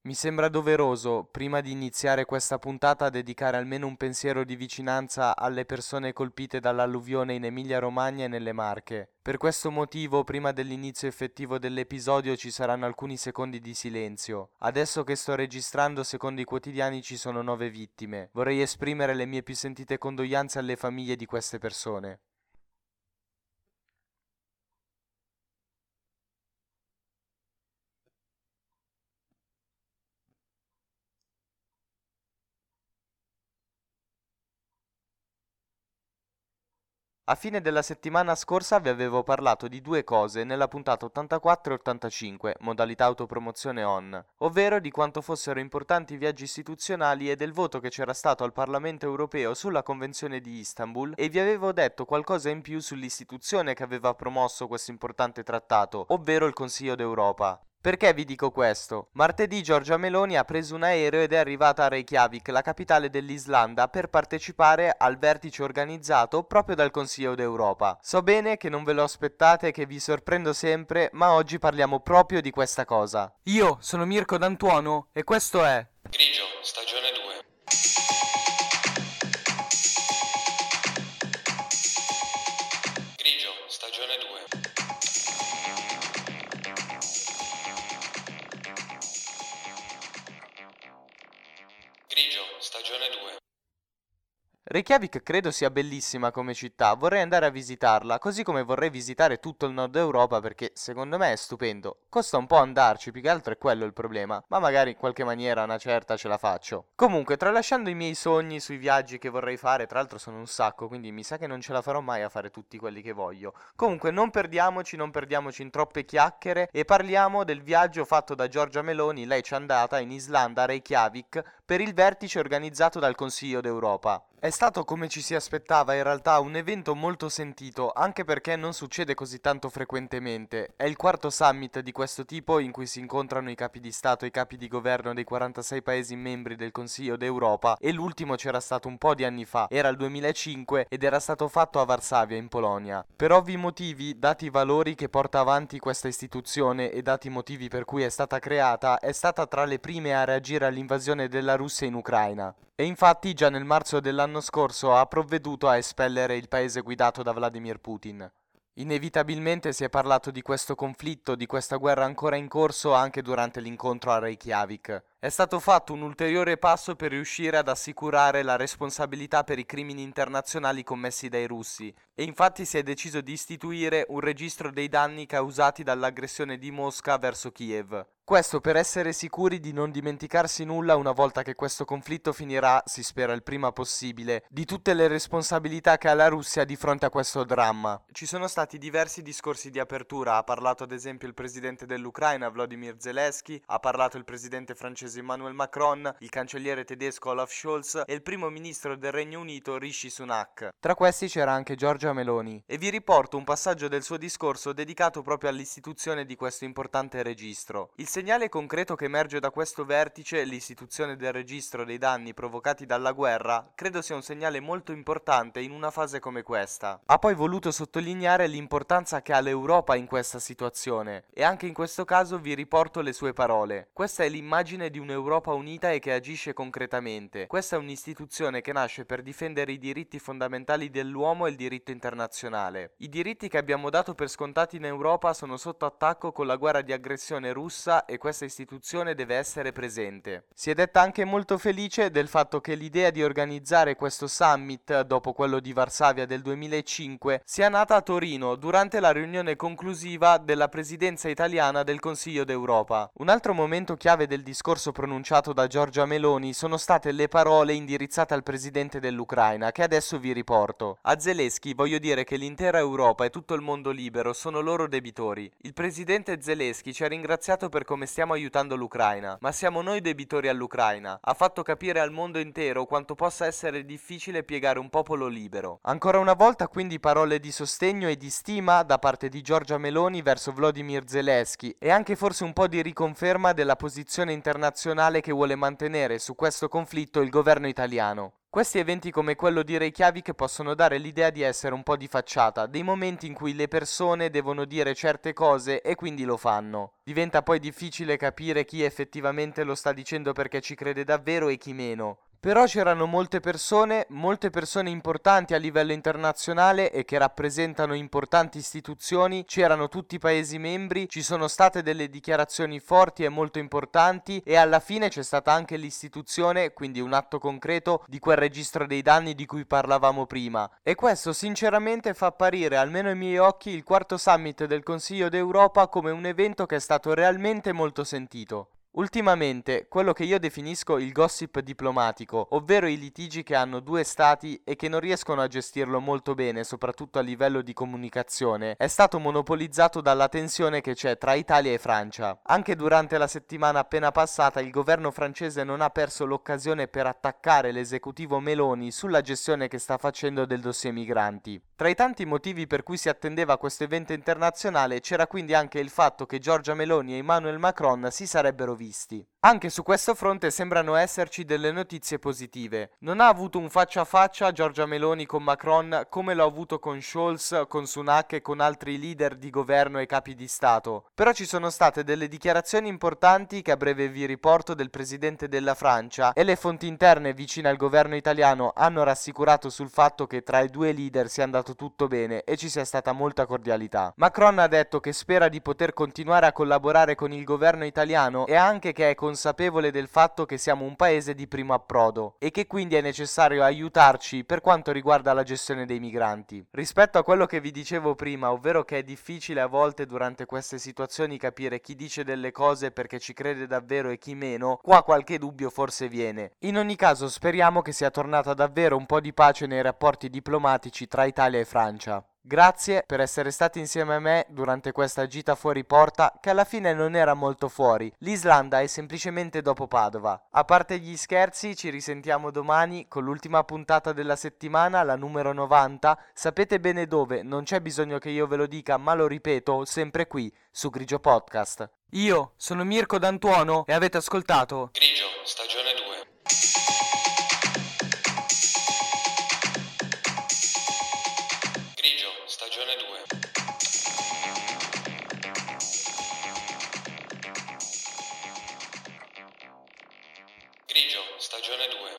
Mi sembra doveroso, prima di iniziare questa puntata, dedicare almeno un pensiero di vicinanza alle persone colpite dall'alluvione in Emilia-Romagna e nelle Marche. Per questo motivo, prima dell'inizio effettivo dell'episodio ci saranno alcuni secondi di silenzio. Adesso che sto registrando, secondo i quotidiani ci sono 9 vittime. Vorrei esprimere le mie più sentite condoglianze alle famiglie di queste persone. A fine della settimana scorsa vi avevo parlato di due cose nella puntata 84 e 85, modalità autopromozione on, ovvero di quanto fossero importanti i viaggi istituzionali e del voto che c'era stato al Parlamento europeo sulla Convenzione di Istanbul, e vi avevo detto qualcosa in più sull'istituzione che aveva promosso questo importante trattato, ovvero il Consiglio d'Europa. Perché vi dico questo? Martedì Giorgia Meloni ha preso un aereo ed è arrivata a Reykjavik, la capitale dell'Islanda, per partecipare al vertice organizzato proprio dal Consiglio d'Europa. So bene che non ve lo aspettate, che vi sorprendo sempre, ma oggi parliamo proprio di questa cosa. Io sono Mirko D'Antuono e questo è Grigio, stagione 2. Grigio, stagione 2. Grigio, stagione 2. Reykjavik. Credo sia bellissima come città, vorrei andare a visitarla, così come vorrei visitare tutto il nord Europa perché secondo me è stupendo. Costa un po' andarci, più che altro è quello il problema, ma magari in qualche maniera una certa ce la faccio. Comunque, tralasciando i miei sogni sui viaggi che vorrei fare, tra l'altro sono un sacco, quindi mi sa che non ce la farò mai a fare tutti quelli che voglio. Comunque non perdiamoci in troppe chiacchiere e parliamo del viaggio fatto da Giorgia Meloni, lei ci è andata in Islanda, a Reykjavik, per il vertice organizzato dal Consiglio d'Europa. È stato, come ci si aspettava, in realtà un evento molto sentito, anche perché non succede così tanto frequentemente. È il quarto summit di questo tipo in cui si incontrano i capi di Stato e i capi di governo dei 46 paesi membri del Consiglio d'Europa, e l'ultimo c'era stato un po' di anni fa, era il 2005 ed era stato fatto a Varsavia, in Polonia. Per ovvi motivi, dati i valori che porta avanti questa istituzione e dati i motivi per cui è stata creata, è stata tra le prime a reagire all'invasione della Russia in Ucraina. E infatti già nel marzo dell'anno scorso ha provveduto a espellere il paese guidato da Vladimir Putin. Inevitabilmente si è parlato di questo conflitto, di questa guerra ancora in corso anche durante l'incontro a Reykjavik. È stato fatto un ulteriore passo per riuscire ad assicurare la responsabilità per i crimini internazionali commessi dai russi, e infatti si è deciso di istituire un registro dei danni causati dall'aggressione di Mosca verso Kiev. Questo per essere sicuri di non dimenticarsi nulla una volta che questo conflitto finirà, si spera il prima possibile, di tutte le responsabilità che ha la Russia di fronte a questo dramma. Ci sono stati diversi discorsi di apertura, ha parlato ad esempio il presidente dell'Ucraina Volodymyr Zelensky, ha parlato il presidente francese Emmanuel Macron, il cancelliere tedesco Olaf Scholz e il primo ministro del Regno Unito Rishi Sunak. Tra questi c'era anche Giorgia Meloni, e vi riporto un passaggio del suo discorso dedicato proprio all'istituzione di questo importante registro. Il segnale concreto che emerge da questo vertice, l'istituzione del registro dei danni provocati dalla guerra, credo sia un segnale molto importante in una fase come questa. Ha poi voluto sottolineare l'importanza che ha l'Europa in questa situazione, e anche in questo caso vi riporto le sue parole. Questa è l'immagine di un'Europa unita e che agisce concretamente. Questa è un'istituzione che nasce per difendere i diritti fondamentali dell'uomo e il diritto internazionale. I diritti che abbiamo dato per scontati in Europa sono sotto attacco con la guerra di aggressione russa, e questa istituzione deve essere presente. Si è detta anche molto felice del fatto che l'idea di organizzare questo summit, dopo quello di Varsavia del 2005, sia nata a Torino durante la riunione conclusiva della presidenza italiana del Consiglio d'Europa. Un altro momento chiave del discorso pronunciato da Giorgia Meloni sono state le parole indirizzate al presidente dell'Ucraina, che adesso vi riporto. A Zelensky voglio dire che l'intera Europa e tutto il mondo libero sono loro debitori. Il presidente Zelensky ci ha ringraziato per come stiamo aiutando l'Ucraina, ma siamo noi debitori all'Ucraina. Ha fatto capire al mondo intero quanto possa essere difficile piegare un popolo libero. Ancora una volta quindi parole di sostegno e di stima da parte di Giorgia Meloni verso Volodymyr Zelensky, e anche forse un po' di riconferma della posizione internazionale che vuole mantenere su questo conflitto il governo italiano. Questi eventi come quello di Reykjavik possono dare l'idea di essere un po' di facciata, dei momenti in cui le persone devono dire certe cose e quindi lo fanno. Diventa poi difficile capire chi effettivamente lo sta dicendo perché ci crede davvero e chi meno. Però c'erano molte persone importanti a livello internazionale e che rappresentano importanti istituzioni, c'erano tutti i paesi membri, ci sono state delle dichiarazioni forti e molto importanti e alla fine c'è stata anche l'istituzione, quindi un atto concreto, di quel registro dei danni di cui parlavamo prima. E questo sinceramente fa apparire, almeno ai miei occhi, il quarto summit del Consiglio d'Europa come un evento che è stato realmente molto sentito. Ultimamente, quello che io definisco il gossip diplomatico, ovvero i litigi che hanno due stati e che non riescono a gestirlo molto bene, soprattutto a livello di comunicazione, è stato monopolizzato dalla tensione che c'è tra Italia e Francia. Anche durante la settimana appena passata il governo francese non ha perso l'occasione per attaccare l'esecutivo Meloni sulla gestione che sta facendo del dossier migranti. Tra i tanti motivi per cui si attendeva questo evento internazionale c'era quindi anche il fatto che Giorgia Meloni e Emmanuel Macron si sarebbero visti. Anche su questo fronte sembrano esserci delle notizie positive. Non ha avuto un faccia a faccia Giorgia Meloni con Macron come l'ha avuto con Scholz, con Sunak e con altri leader di governo e capi di Stato. Però ci sono state delle dichiarazioni importanti che a breve vi riporto del presidente della Francia e le fonti interne vicine al governo italiano hanno rassicurato sul fatto che tra i due leader sia andato tutto bene e ci sia stata molta cordialità. Macron ha detto che spera di poter continuare a collaborare con il governo italiano e anche che è consapevole del fatto che siamo un paese di primo approdo e che quindi è necessario aiutarci per quanto riguarda la gestione dei migranti. Rispetto a quello che vi dicevo prima, ovvero che è difficile a volte durante queste situazioni capire chi dice delle cose perché ci crede davvero e chi meno, qua qualche dubbio forse viene. In ogni caso speriamo che sia tornata davvero un po' di pace nei rapporti diplomatici tra Italia e Francia. Grazie per essere stati insieme a me durante questa gita fuori porta che alla fine non era molto fuori. L'Islanda è semplicemente dopo Padova. A parte gli scherzi, ci risentiamo domani con l'ultima puntata della settimana, la numero 90. Sapete bene dove, non c'è bisogno che io ve lo dica, ma lo ripeto sempre qui, su Grigio Podcast. Io sono Mirko D'Antuono e avete ascoltato Grigio, stagione 2. Grigio, stagione 2. Grigio, stagione 2.